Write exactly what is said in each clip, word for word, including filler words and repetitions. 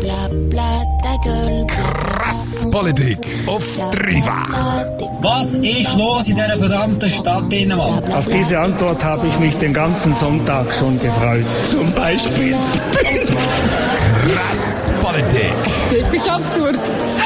Krass Politik auf dreifach. Was ist los in dieser verdammten Stadt Dänemark? Auf diese Antwort habe ich mich den ganzen Sonntag schon gefreut. Zum Beispiel. Krass Politik. Wirklich absurd.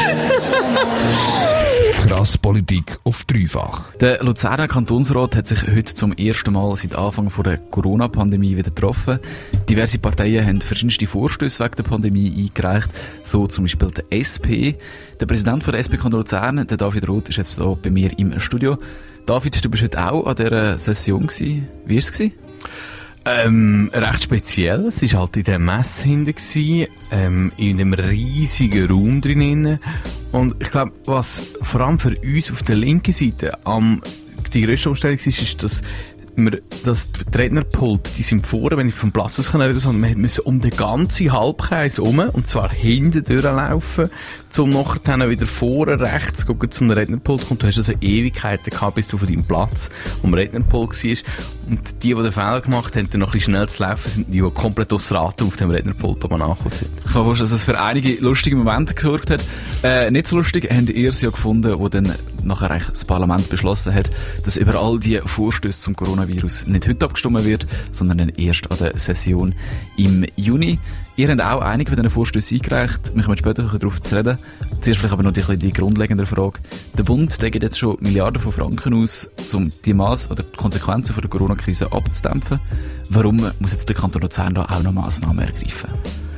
Krass Politik auf dreifach. Der Luzerner Kantonsrat hat sich heute zum ersten Mal seit Anfang der Corona-Pandemie wieder getroffen. Diverse Parteien haben verschiedenste Vorstöße wegen der Pandemie eingereicht, so zum Beispiel der S P. Der Präsident von der S P Kanton Luzern, der David Roth, ist jetzt hier bei mir im Studio. David, du bist heute auch an dieser Session gewesen. Wie war es? Ähm, recht speziell. Es war halt in der Messe hinten, ähm, in einem riesigen Raum drinnen. Und ich glaube, was vor allem für uns auf der linken Seite am, die grösste Umstellung ist, ist, dass wir, dass die Rednerpult, die sind vorne, wenn ich vom Platz aus reden kann, sondern wir müssen um den ganzen Halbkreis herum, und zwar hinten durchlaufen, um nachher dann wieder vorne rechts gucken, zum Rednerpult kommt. Du hast also Ewigkeiten gehabt, bis du von deinem Platz am Rednerpult warst. Und die, die den Fehler gemacht haben, dann noch ein bisschen schnell zu laufen, sind die, die komplett aus Raten auf dem Rednerpult oben angekommen sind. Ich kann vorstellen, dass es für einige lustige Momente gesorgt hat. Äh, nicht so lustig habt ihr es ja gefunden, wo dann nachher eigentlich das Parlament beschlossen hat, dass über all die Vorstöße zum Coronavirus nicht heute abgestimmt wird, sondern dann erst an der Session im Juni. Ihr habt auch einige von diesen Vorstößen eingereicht. Wir kommen später darauf zu reden. Zuerst vielleicht aber noch die, die grundlegende Frage. Der Bund, der gibt jetzt schon Milliarden von Franken aus, um die Mass oder die Konsequenzen von der Corona-Krise abzudämpfen. Warum muss jetzt der Kanton Luzern da auch noch Massnahmen ergreifen?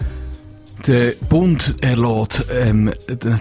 Der Bund erlässt ähm,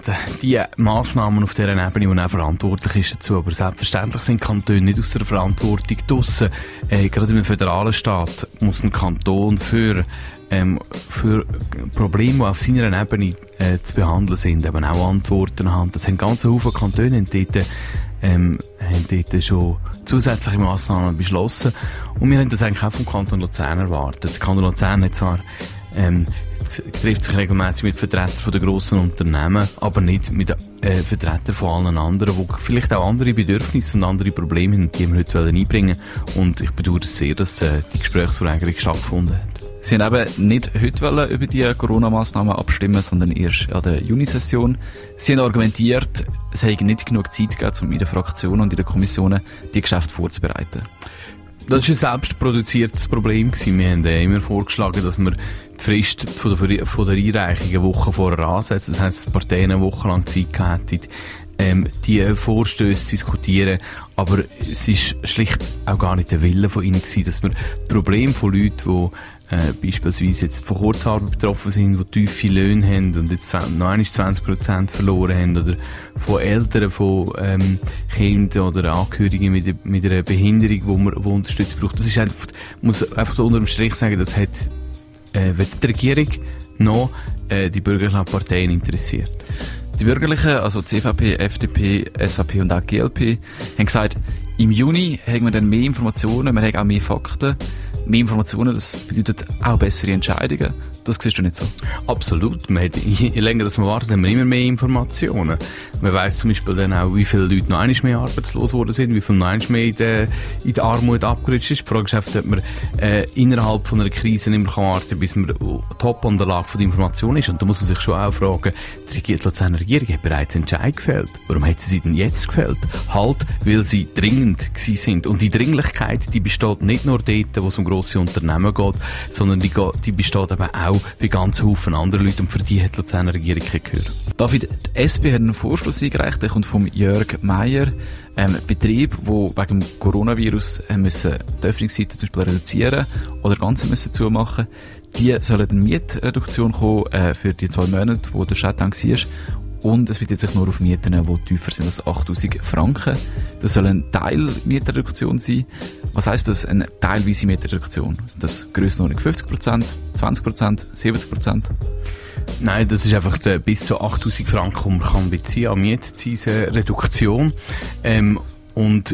die Massnahmen auf dieser Ebene, die auch verantwortlich ist dazu. Aber selbstverständlich sind Kantone nicht aus der Verantwortung draussen. Äh, gerade im föderalen Staat muss ein Kanton für ähm, für Probleme, die auf seiner Ebene äh, zu behandeln sind, eben auch Antworten haben. Das haben ganze Haufen Kantone haben dort, ähm, haben dort schon zusätzliche Massnahmen beschlossen. Und wir haben das eigentlich auch vom Kanton Luzern erwartet. Der Kanton Luzern hat zwar ähm, trifft sich regelmäßig mit Vertretern von der grossen Unternehmen, aber nicht mit äh, Vertretern von allen anderen, die vielleicht auch andere Bedürfnisse und andere Probleme haben, die wir heute einbringen wollen. Und ich bedauere sehr, dass äh, die Gesprächsverlängerung stattgefunden hat. Sie haben eben nicht heute über die Corona-Massnahmen abstimmen, sondern erst an der Junisession. Sie haben argumentiert, es hätte nicht genug Zeit gegeben, um in der Fraktion und in den Kommissionen die Geschäfte vorzubereiten. Das war ein selbstproduziertes Problem. Wir haben äh, immer vorgeschlagen, dass wir die Frist von der, von der Einreichung eine Woche vorher ansetzen. Das heisst, dass die Parteien eine Woche lang Zeit gehabt hätten, ähm, die Vorstöße zu diskutieren. Aber es war schlicht auch gar nicht der Wille von ihnen gewesen, dass wir das Problem von Leuten, die äh, beispielsweise jetzt von Kurzarbeit betroffen sind, die tiefe Löhne haben und jetzt noch einmal zwanzig Prozent verloren haben, oder von Eltern, von ähm, Kindern oder Angehörigen mit, mit einer Behinderung, wo man wo Unterstützung braucht. Das ist einfach, muss einfach unter dem Strich sagen, das hat äh, weder die Regierung noch äh, die bürgerlichen Parteien interessiert. Die Bürgerlichen, also die C V P, F D P, S V P und auch G L P, haben gesagt, im Juni haben wir dann mehr Informationen, wir haben auch mehr Fakten. Mehr Informationen, das bedeutet auch bessere Entscheidungen. Das siehst du nicht so? Absolut. Man hat, je länger das man wartet, haben wir immer mehr Informationen. Man weiss zum Beispiel dann auch, wie viele Leute noch einmal mehr arbeitslos geworden sind, wie viele noch einmal mehr in der, in der Armut abgerutscht ist. Die Frage ist, ob man äh, innerhalb von einer Krise nicht mehr warten kann, bis man top an der Lage von der Information ist. Und da muss man sich schon auch fragen, die Luzerner Regierung hat bereits Entscheid gefällt. Warum hat sie sie denn jetzt gefällt? Halt, weil sie dringend gewesen sind. Und die Dringlichkeit, die besteht nicht nur dort, wo es um grosse Unternehmen geht, sondern die, die besteht eben auch bei ganz Haufen anderen Leuten, und für die hat die Luzerner Regierung kein Gehör. David, die S P hat einen Vorschlag eingereicht, der kommt vom Jörg Meier. Ähm, Betriebe, die wegen dem Coronavirus äh, müssen die Öffnungszeiten zum Beispiel reduzieren oder ganz müssen zumachen, die sollen eine Mietreduktion kommen äh, für die zwei Monate, wo der Shutdown war. Und es bezieht sich nur auf Mieten, die tiefer sind als achttausend Franken. Das soll eine Teilmietreduktion sein. Was heisst das, eine teilweise Mietreduktion? Sind das Grössenordnung fünfzig Prozent, zwanzig Prozent, siebzig Prozent? Nein, das ist einfach der, bis zu achttausend Franken, die man kann beziehen an Mietzinsreduktion. Ähm, und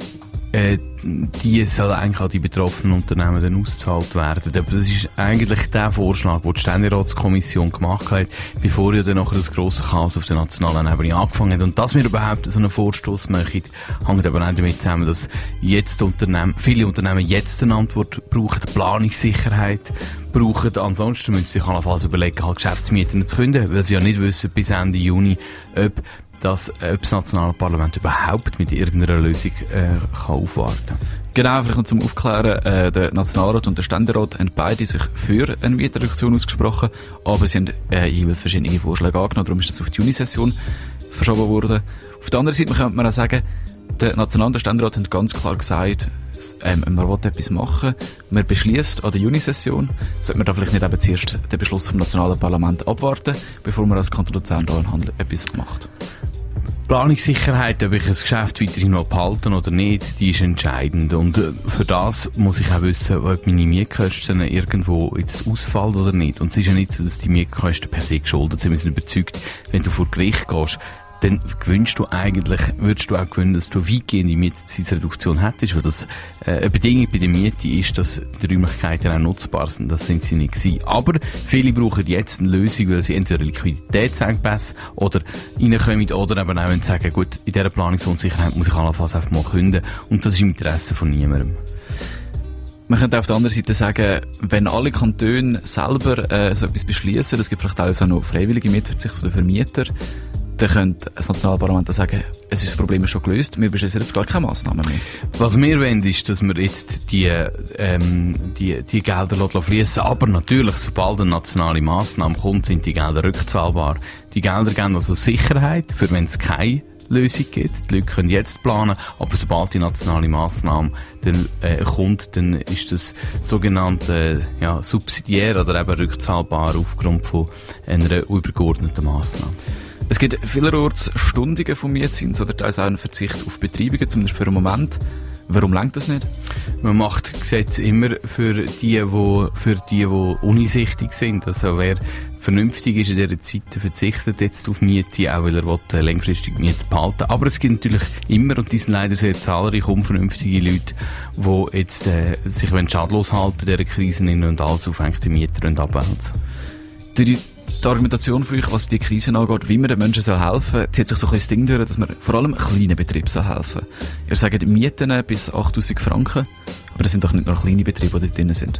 äh, die soll eigentlich an die betroffenen Unternehmen dann ausgezahlt werden. Aber das ist eigentlich der Vorschlag, den die Ständeratskommission gemacht hat, bevor ja dann nachher das grosse Chaos auf der nationalen Ebene angefangen hat. Und dass wir überhaupt so einen Vorstoss machen, hängt aber auch damit zusammen, dass jetzt Unternehmen, viele Unternehmen jetzt eine Antwort brauchen, Planungssicherheit brauchen. Ansonsten müssen sie sich allenfalls überlegen, halt Geschäftsmieten zu künden, weil sie ja nicht wissen bis Ende Juni, ob dass ob das nationale Parlament überhaupt mit irgendeiner Lösung äh, kann aufwarten kann. Genau, vielleicht noch zum Aufklären, äh, der Nationalrat und der Ständerat haben beide sich für eine Mieterreduktion ausgesprochen, aber sie haben äh, jeweils verschiedene Vorschläge angenommen, darum ist das auf die Junisession verschoben worden. Auf der anderen Seite könnte man auch sagen, der National- und der Ständerat haben ganz klar gesagt, ähm, man will etwas machen, man beschließt an der Junisession, sollte man da vielleicht nicht eben zuerst den Beschluss vom nationalen Parlament abwarten, bevor man als Kanton Luzern da etwas macht. Planungssicherheit, ob ich ein Geschäft weiterhin noch behalten oder nicht, die ist entscheidend. Und für das muss ich auch wissen, ob meine Mietkosten irgendwo jetzt ausfallen oder nicht. Und es ist ja nicht so, dass die Mietkosten per se geschuldet sind. Wir sind überzeugt, wenn du vor Gericht gehst, dann gewünscht du eigentlich, würdest du auch gewinnen, dass du weitgehende Mietzinsreduktion hättest, weil das äh, eine Bedingung bei der Miete ist, dass die Räumlichkeiten auch nutzbar sind. Das sind sie nicht gewesen. Aber viele brauchen jetzt eine Lösung, weil sie entweder Liquiditätsengpässe oder reinkommen oder eben auch sagen, gut, in dieser Planungsunsicherheit muss ich allenfalls einfach mal künden. Und das ist im Interesse von niemandem. Man könnte auf der anderen Seite sagen, wenn alle Kantone selber äh, so etwas beschließen, es gibt vielleicht auch noch freiwillige Mietverzicht von den Vermietern, dann könnte das Nationalparlament sagen, es ist das Problem schon gelöst, wir beschließen jetzt gar keine Massnahmen mehr. Was wir wollen, ist, dass wir jetzt die, ähm, die, die Gelder fließen. Aber natürlich, sobald eine nationale Massnahme kommt, sind die Gelder rückzahlbar. Die Gelder geben also Sicherheit, für wenn es keine Lösung gibt. Die Leute können jetzt planen, aber sobald die nationale Massnahme dann, äh, kommt, dann ist das sogenannte äh, ja, subsidiär oder eben rückzahlbar aufgrund von einer übergeordneten Massnahme. Es gibt vielerorts Stundungen vom Mietzins oder teils auch einen Verzicht auf Betreibungen, zumindest für einen Moment. Warum reicht das nicht? Man macht Gesetze immer für die, wo, für die, die uneinsichtig sind. Also wer vernünftig ist in dieser Zeit, verzichtet jetzt auf Miete, auch weil er will, langfristig Miete behalten. Aber es gibt natürlich immer, und die sind leider sehr zahlreich, unvernünftige Leute, die jetzt äh, sich schadlos halten in dieser Krise und alles auf die Mieter abwälzen. Die Die Argumentation für euch, was die Krise angeht, wie man den Menschen helfen soll, zieht sich so ein bisschen das Ding durch, dass man vor allem kleinen Betrieben helfen soll. Ihr sagt Mieten bis achttausend Franken, aber das sind doch nicht nur kleine Betriebe, die dort drin sind.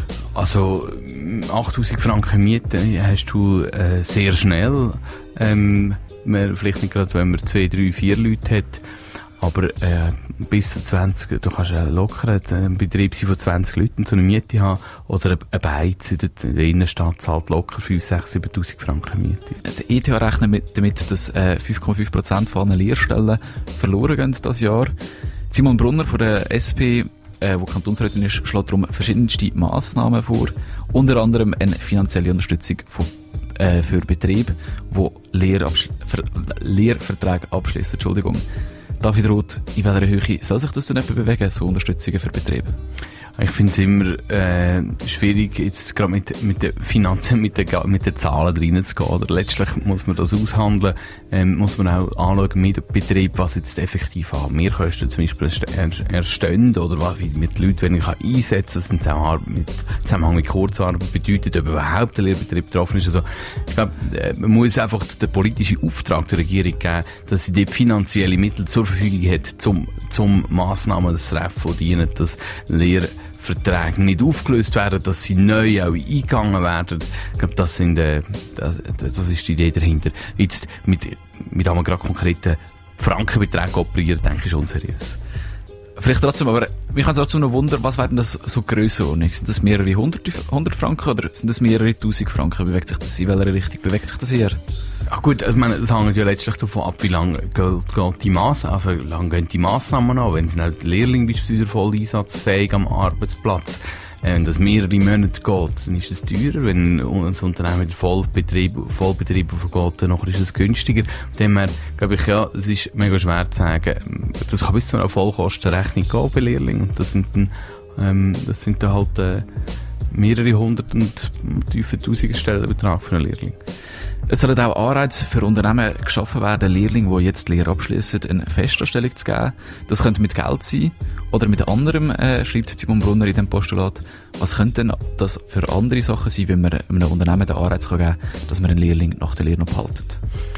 Also achttausend Franken Miete hast du äh, sehr schnell. Ähm, man, vielleicht nicht gerade, wenn man zwei, drei, vier Leute hat. Aber äh, bis zu zwanzig, du kannst ja locker einen Betrieb sein von zwanzig Leuten, so eine Miete haben, oder ein Beiz in der Innenstadt zahlt locker fünf, sechs, siebentausend Franken Miete. Der E T H rechnet mit, damit, dass äh, fünf Komma fünf Prozent von allen Lehrstellen verloren gehen dieses Jahr. Simon Brunner von der S P, äh, wo Kantonsrätin ist, schlägt darum verschiedenste Massnahmen vor, unter anderem eine finanzielle Unterstützung von äh, für Betriebe, die Lehrabsch- Ver- Lehrverträge abschließen. Entschuldigung. David Roth, in welcher Höhe soll sich das denn etwa bewegen, so Unterstützungen für Betriebe? Ich finde es immer äh, schwierig, jetzt gerade mit, mit den Finanzen, mit den, mit den Zahlen reinzugehen. Oder letztlich muss man das aushandeln, ähm, muss man auch anschauen mit dem Betrieb, was jetzt effektiv an Mehrkosten zum Beispiel erstehen oder was mit den Leuten, wenn ich einsetzen kann, das Zusammenhang mit, Zusammenhang mit Kurzarbeit bedeutet, ob überhaupt der Lehrbetrieb betroffen ist. Also, ich glaube, man muss einfach den politischen Auftrag der Regierung geben, dass sie dort finanzielle Mittel zur Verfügung hat, zum, zum Massnahmen zu treffen, die dienen, dass Lehr Verträge nicht aufgelöst werden, dass sie neu auch eingegangen werden. Ich glaube, das sind, äh, das, das ist die Idee dahinter. Jetzt mit, mit einem gerade konkreten Frankenbeträgen operieren, denke ich schon seriös. Vielleicht trotzdem, aber mich kann trotzdem noch wundern, was werden das so Grössenordnung? Sind das mehrere hundert, hundert Franken oder sind das mehrere tausend Franken? Bewegt sich das in welcher Richtung bewegt sich das eher? Ja gut, also, ich meine, das hängt ja letztlich davon ab, wie lange geht, geht die Massnahmen, also wie lange gehen die Massnahmen an. Wenn sind halt Lehrlinge beispielsweise voll einsatzfähig am Arbeitsplatz, äh, wenn das mehrere Monate geht, dann ist es teurer. Wenn ein Unternehmen in Vollbetrieb, Vollbetrieb vergeht, dann ist es günstiger. Von dem her, glaube ich, ja, es ist mega schwer zu sagen. Das kann bis zu einer Vollkostenrechnung gehen bei Lehrlingen. Und das sind dann, ähm, das sind dann halt, äh, mehrere hundert und tiefe Tausende Stellenbetrag für einen Lehrling. Es sollen auch Anreize für Unternehmen geschaffen werden, Lehrlinge, die jetzt die Lehre abschließen, eine Festanstellung zu geben. Das könnte mit Geld sein oder mit anderem, äh, schreibt Simon Brunner in dem Postulat. Was könnte denn das für andere Sachen sein, wenn man einem Unternehmen den Anreiz geben kann, dass man einen Lehrling nach der Lehre noch behaltet?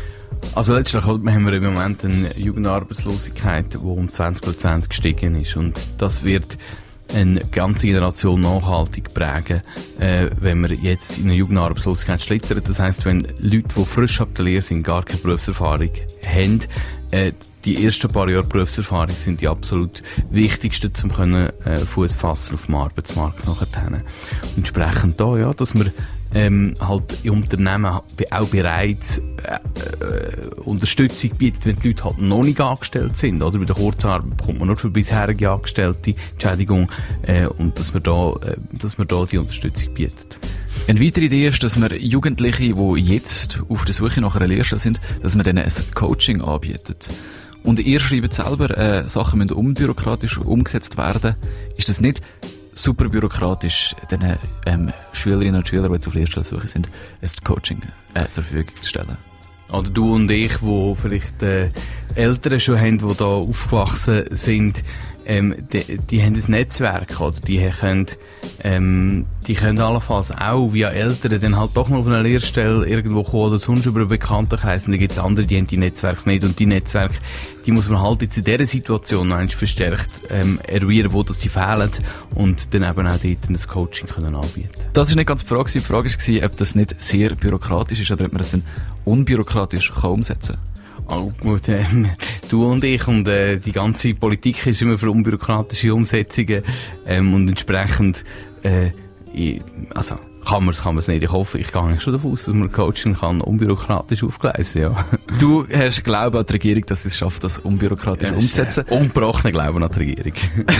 Also letztlich haben wir im Moment eine Jugendarbeitslosigkeit, die um zwanzig Prozent gestiegen ist. Und das wird eine ganze Generation nachhaltig prägen, äh, wenn wir jetzt in eine Jugendarbeitslosigkeit schlittern. Das heisst, wenn Leute, die frisch ab der Lehre sind, gar keine Berufserfahrung haben, äh, die ersten paar Jahre Berufserfahrung sind die absolut wichtigsten, um können, äh, Fuß fassen auf dem Arbeitsmarkt nachher. Und entsprechend da, ja, dass wir ähm, halt in Unternehmen auch bereits äh, äh, Unterstützung bietet, wenn die Leute halt noch nicht angestellt sind, oder? Bei der Kurzarbeit bekommt man nur für bisherige Angestellte Entschädigung, äh, und dass wir da, äh, dass wir da die Unterstützung bietet. Eine weitere Idee ist, dass wir Jugendliche, die jetzt auf der Suche nach einer Lehrstelle sind, dass man denen ein Coaching anbietet. Und ihr schreibt selber, äh, Sachen müssen unbürokratisch umgesetzt werden. Ist das nicht super bürokratisch, den ähm, Schülerinnen und Schülern, die jetzt auf Lehrstellensuche sind, ein Coaching äh, zur Verfügung zu stellen? Oder du und ich, die vielleicht äh, Eltern schon haben, die da aufgewachsen sind, ähm, die, die haben ein Netzwerk, oder? Die können, ähm, die können allenfalls auch via Eltern dann halt doch mal auf eine Lehrstelle irgendwo kommen oder sonst über einen Bekanntenkreis. Und dann gibt es andere, die haben die Netzwerke nicht. Und die Netzwerke, die muss man halt jetzt in dieser Situation noch einmal verstärkt ähm, eruieren, wo das die fehlen, und dann eben auch dort ein Coaching können anbieten. Das ist nicht ganz die Frage. Die Frage war, ob das nicht sehr bürokratisch ist oder ob man das dann unbürokratisch kann umsetzen kann. Oh, gut, äh, du und ich und äh, die ganze Politik ist immer für unbürokratische Umsetzungen, ähm, und entsprechend äh, ich, also kann man es kann man's nicht. Ich hoffe, ich gehe eigentlich schon davon aus, dass man Coaching kann unbürokratisch aufgleisen, ja. Du hast Glauben an die Regierung, dass sie es schafft, das unbürokratisch ja, umzusetzen? Äh, ungebrochenen Glauben an die Regierung.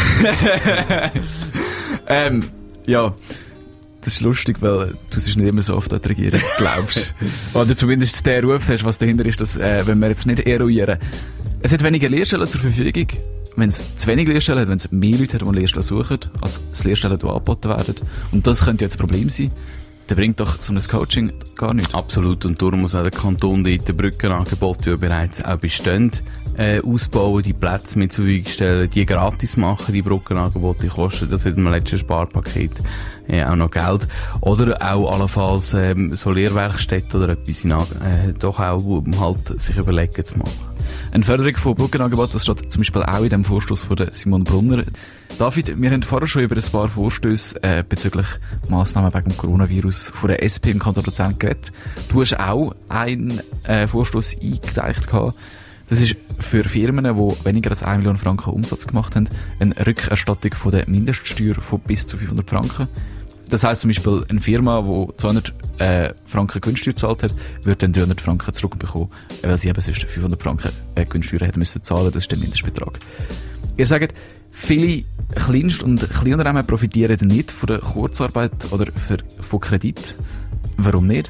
ähm, ja. Das ist lustig, weil du sonst nicht immer so oft an die Regierung glaubst. Oder zumindest den Ruf hast, was dahinter ist, dass, äh, wenn wir jetzt nicht eruieren. Es hat weniger Lehrstellen zur Verfügung. Wenn es zu wenig Lehrstellen hat, wenn es mehr Leute hat, die Lehrstellen suchen, als es Lehrstellen, die angeboten werden. Und das könnte jetzt ein Problem sein. Dann bringt doch so ein Coaching gar nichts. Absolut. Und darum muss auch der Kanton dort die Brückenangebote, die bereits auch bestehen, äh, ausbauen, die Plätze mit zur Verfügung stellen, die gratis machen, die Brückenangebote, die kosten, das hat im letzten Sparpaket äh, auch noch Geld. Oder auch allenfalls ähm, so Lehrwerkstätten oder etwas in, äh, doch auch, um halt sich überlegen zu machen. Eine Förderung von Brückenangeboten, das steht zum Beispiel auch in dem Vorstoß von Simon Brunner. David, wir haben vorher schon über ein paar Vorstöße äh, bezüglich Massnahmen wegen dem Coronavirus von der S P im Kanton Luzern geredet. Du hast auch einen äh, Vorstoß eingereicht gehabt. Das ist für Firmen, die weniger als eine Million Franken Umsatz gemacht haben, eine Rückerstattung von der Mindeststeuer von bis zu fünfhundert Franken. Das heisst zum Beispiel, eine Firma, die zweihundert äh, Franken Gewinnsteuer gezahlt hat, wird dann dreihundert Franken zurückbekommen, weil sie eben sonst fünfhundert Franken äh, Gewinnsteuer hätten müssen zahlen. Das ist der Mindestbetrag. Ihr sagt, viele Kleinst- und Kleinunternehmen profitieren nicht von der Kurzarbeit oder für, von Kredit. Warum nicht?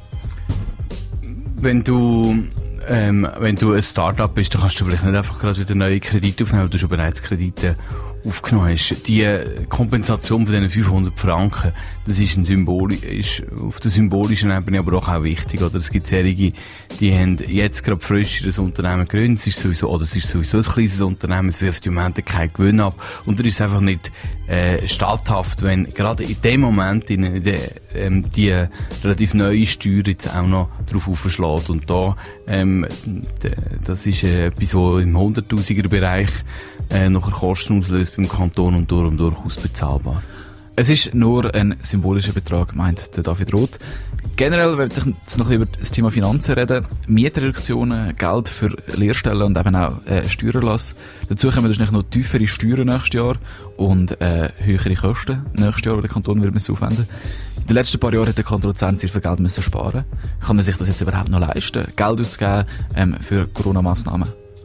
Wenn du ähm, wenn du ein Start-up bist, dann kannst du vielleicht nicht einfach gerade wieder neue Kredite aufnehmen, weil du schon bereits Kredite aufgenommen hast. Die Kompensation von diesen fünfhundert Franken, das ist, ein Symbol, ist auf der symbolischen Ebene aber auch, auch wichtig. Oder es gibt Serien, die haben jetzt gerade frisch ein Unternehmen gegründet, es ist sowieso, oder es ist sowieso ein kleines Unternehmen, es wirft im Moment keinen Gewinn ab, und da ist es einfach nicht äh, statthaft, wenn gerade in dem Moment in, in de, ähm, die relativ neue Steuer jetzt auch noch drauf aufschlägt. Und da, ähm, de, das ist äh, etwas, was im hunderttausender Bereich äh, nachher Kosten auslöst beim Kanton und darum durchaus bezahlbar. Es ist nur ein symbolischer Betrag, meint der David Roth. Generell, wenn ich jetzt noch über das Thema Finanzen reden, Mietreduktionen, Geld für Lehrstellen und eben auch äh, Steuererlass. Dazu kommen natürlich noch tiefere Steuern nächstes Jahr und äh, höhere Kosten nächstes Jahr, die der Kanton wird müssen aufwenden. In den letzten paar Jahren hat der Kanton Luzern sehr viel Geld müssen sparen. Kann er sich das jetzt überhaupt noch leisten, Geld auszugeben ähm, für Corona-Massnahmen?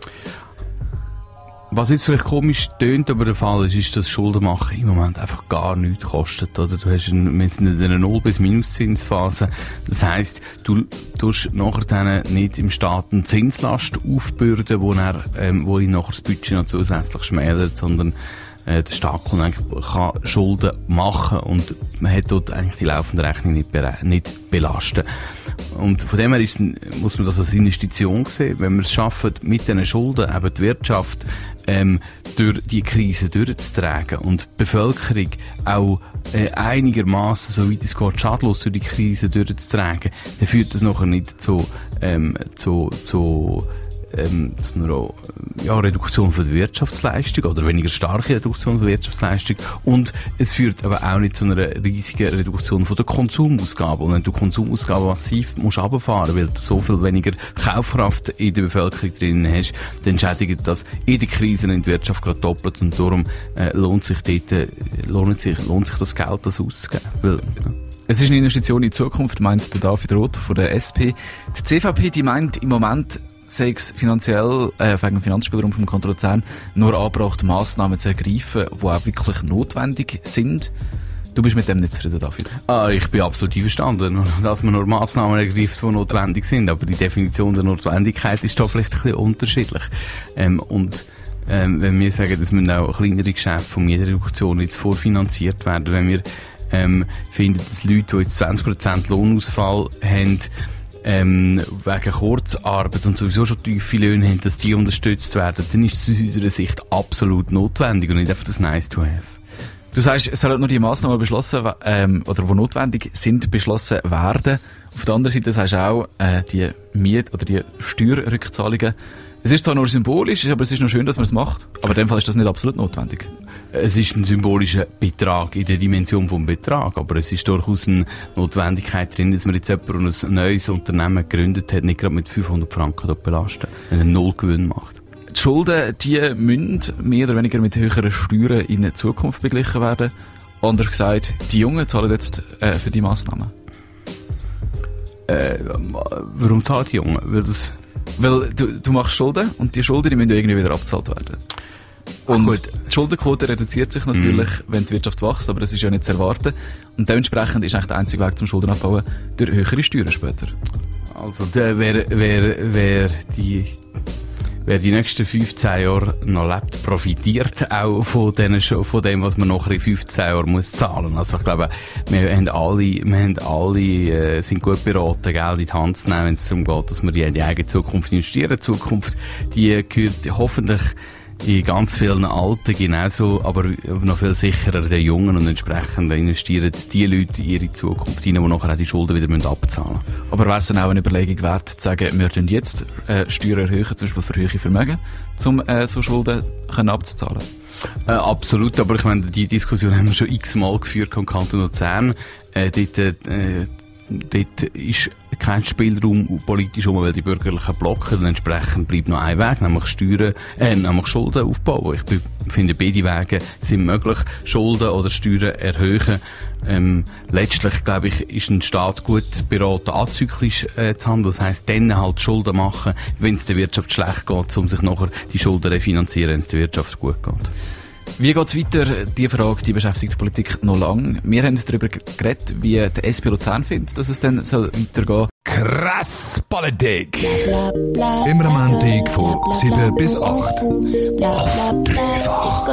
Was jetzt vielleicht komisch tönt, aber der Fall ist, ist, dass Schuldenmachen im Moment einfach gar nichts kostet. Oder? Du hast ein, wir sind in einer Null- bis Minuszinsphase. Das heisst, du tust nachher dann nicht im Staat eine Zinslast aufbürden, wo, er, ähm, wo ihn nachher das Budget noch zusätzlich schmälert, sondern äh, der Staat kann, eigentlich, kann Schulden machen und man hat dort eigentlich die laufende Rechnung nicht, nicht belasten. Und von dem her ist, muss man das als Investition sehen. Wenn wir es schaffen, mit diesen Schulden eben die Wirtschaft ähm, durch die Krise durchzutragen und die Bevölkerung auch äh, einigermaßen, so weit es geht, schadlos durch die Krise durchzutragen, dann führt das nachher nicht zu, ähm, zu, zu Ähm, zu einer ja, Reduktion von der Wirtschaftsleistung oder weniger starke Reduktion von der Wirtschaftsleistung, und es führt aber auch nicht zu einer riesigen Reduktion von der Konsumausgaben. Und wenn du Konsumausgaben massiv musst runterfahren, weil du so viel weniger Kaufkraft in der Bevölkerung drin hast, dann schädigt das in der Krise in der Wirtschaft gerade doppelt, und darum äh, lohnt sich dort, äh, lohnt sich, lohnt sich das Geld, das auszugeben. Weil, ja. Es ist eine Investition in die Zukunft, meint der David Roth von der S P. Die C V P, die meint im Moment, sei es finanziell, äh, wegen dem Finanzspielraum vom Kanton Luzern, nur angebracht, Massnahmen zu ergreifen, die auch wirklich notwendig sind. Du bist mit dem nicht zufrieden, David? Ah, ich bin absolut einverstanden, dass man nur Massnahmen ergreift, die notwendig sind. Aber die Definition der Notwendigkeit ist da vielleicht ein bisschen unterschiedlich. Ähm, und ähm, wenn wir sagen, dass müssen auch kleinere Geschäfte von Mietreduktion jetzt vorfinanziert werden, wenn wir ähm, finden, dass Leute, die jetzt zwanzig Prozent Lohnausfall haben, Ähm, wegen Kurzarbeit und sowieso schon tiefe Löhne haben, dass die unterstützt werden, dann ist es aus unserer Sicht absolut notwendig und nicht einfach das Nice to have. Du sagst, es sollen nur die Massnahmen beschlossen, ähm, oder die notwendig sind, beschlossen werden. Auf der anderen Seite sagst du auch, äh, die Miet- oder die Steuerrückzahlungen, es ist zwar nur symbolisch, aber es ist noch schön, dass man es macht. Aber in dem Fall ist das nicht absolut notwendig. Es ist ein symbolischer Betrag in der Dimension vom Betrag, aber es ist durchaus eine Notwendigkeit drin, dass man jetzt jemand, der ein neues Unternehmen gegründet hat, nicht gerade mit fünfhundert Franken belasten, wenn er null Gewinn macht. Die Schulden, die müssen mehr oder weniger mit höheren Steuern in der Zukunft beglichen werden. Anders gesagt, die Jungen zahlen jetzt äh, für die Massnahmen. Äh, warum zahlen die Jungen? Weil das Weil du, du machst Schulden und die Schulden, die müssen irgendwie wieder abgezahlt werden. Und gut. Die Schuldenquote reduziert sich natürlich, mm. wenn die Wirtschaft wächst, aber das ist ja nicht zu erwarten. Und dementsprechend ist eigentlich der einzige Weg zum Schulden abbauen durch höhere Steuern später. Also der, wer, wer, wer die Wer die nächsten fünfzehn Jahre noch lebt, profitiert auch von, denen, von dem, was man nachher in fünfzehn Jahren muss zahlen. Also ich glaube, wir haben alle, wir haben alle äh, sind gut beraten, Geld in die Hand zu nehmen, wenn es darum geht, dass wir die, die eigene Zukunft investieren. Die Zukunft, die gehört hoffentlich in ganz vielen Alten genauso, aber noch viel sicherer den Jungen, und entsprechend investieren die Leute in ihre Zukunft hinein, die nachher auch die Schulden wieder abzahlen müssen. Aber wäre es dann auch eine Überlegung wert, zu sagen, wir können jetzt äh, Steuern erhöhen, zum Beispiel für höhere Vermögen, um äh, so Schulden können abzuzahlen? Äh, absolut, aber ich meine, die Diskussion haben wir schon x-mal geführt im Kanton Luzern. Äh, dort, äh, dort ist kein Spielraum politisch um, weil die Bürgerlichen blocken, und entsprechend bleibt noch ein Weg, nämlich Steuern, äh, nämlich Schulden aufbauen. Ich finde, beide Wege sind möglich, Schulden oder Steuern erhöhen. Ähm, letztlich, glaube ich, ist ein Staat gut beraten, azyklisch äh, zu handeln. Das heisst, dann halt Schulden machen, wenn es der Wirtschaft schlecht geht, um sich nachher die Schulden refinanzieren, wenn es der Wirtschaft gut geht. Wie geht's weiter? Die Frage, die beschäftigt die Politik noch lange. Wir haben darüber geredet, wie der S P Luzern findet, dass es dann soll weitergehen. Krass Politik. Immer am Montag von sieben bis acht. Auf dreifach.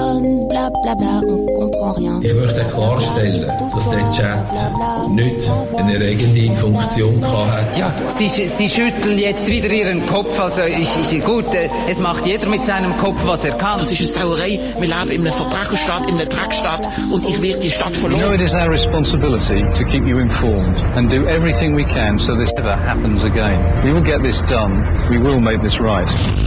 Ich möchte klarstellen, dass der Chat nicht eine erregende Funktion hatte. Ja, Sie, Sie schütteln jetzt wieder Ihren Kopf. Also ich, ich, gut, äh, es macht jeder mit seinem Kopf, was er kann. Das ist eine Sauerei. Wir leben in einer Verbrecherstadt, in einer Dreckstadt, und ich werde die Stadt verloren. You know, it is our responsibility to keep you informed and do everything we can so this never happens again. We will get this done. We will make this right.